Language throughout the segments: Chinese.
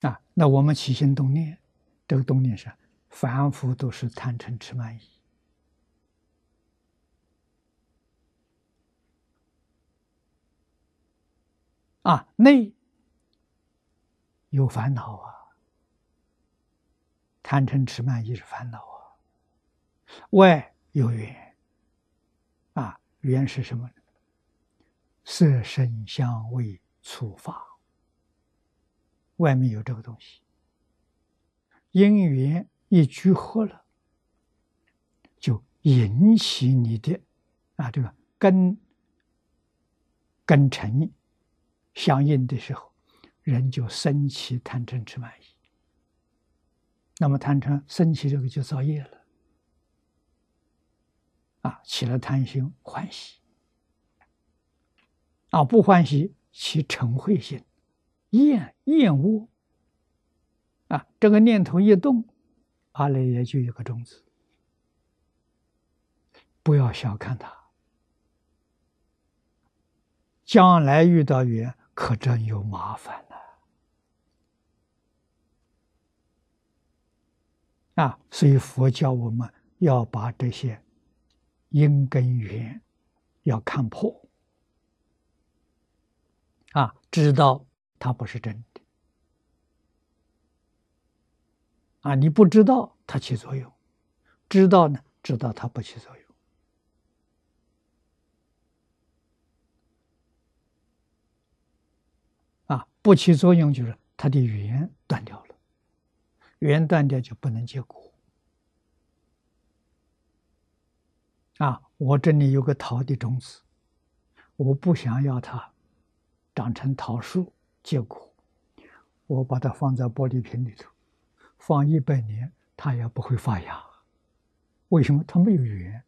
那我们起心动念，这个动念是凡夫都是贪嗔痴慢疑内有烦恼贪嗔痴慢疑是烦恼外有缘缘是什么呢？色声香味触法，外面有这个东西，因缘一聚合了，就引起你的这个根尘相应的时候，人就生起贪嗔痴慢疑。那么贪嗔生起这个就造业了起了贪心欢喜不欢喜起嗔恚心厌恶这个念头一动，阿赖耶就有个种子，不要小看它，将来遇到缘可真有麻烦了所以佛教我们要把这些因跟缘要看破知道它不是真的你不知道它起作用，知道呢，知道它不起作用不起作用就是它的缘断掉了，缘断掉就不能结果我这里有个桃的种子，我不想要它长成桃树结果，我把它放在玻璃瓶里头，放100年它也不会发芽，为什么？它没有缘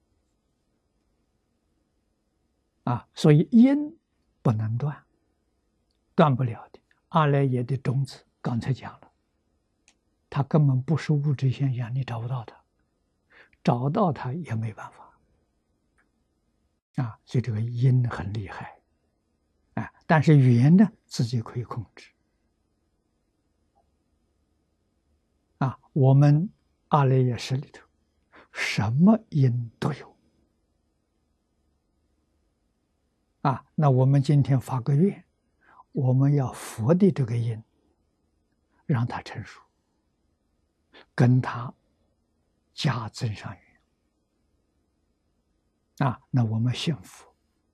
所以因不能断，断不了的。阿赖耶的种子刚才讲了，它根本不是物质现象，你找不到它，找到它也没办法所以这个因很厉害但是缘呢自己可以控制我们阿赖耶识里头什么因都有那我们今天发个愿，我们要佛的这个因让它成熟，跟它加增上缘那我们信佛，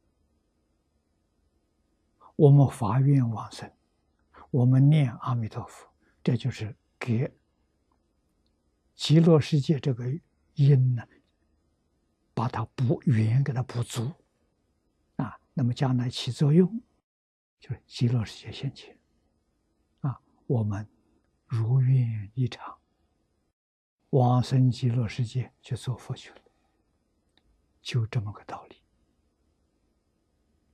我们发愿往生，我们念阿弥陀佛，这就是给极乐世界这个因呢，把它缘给它补足那么将来起作用，就是极乐世界现前我们如愿以偿，往生极乐世界去做佛去了，就这么个道理。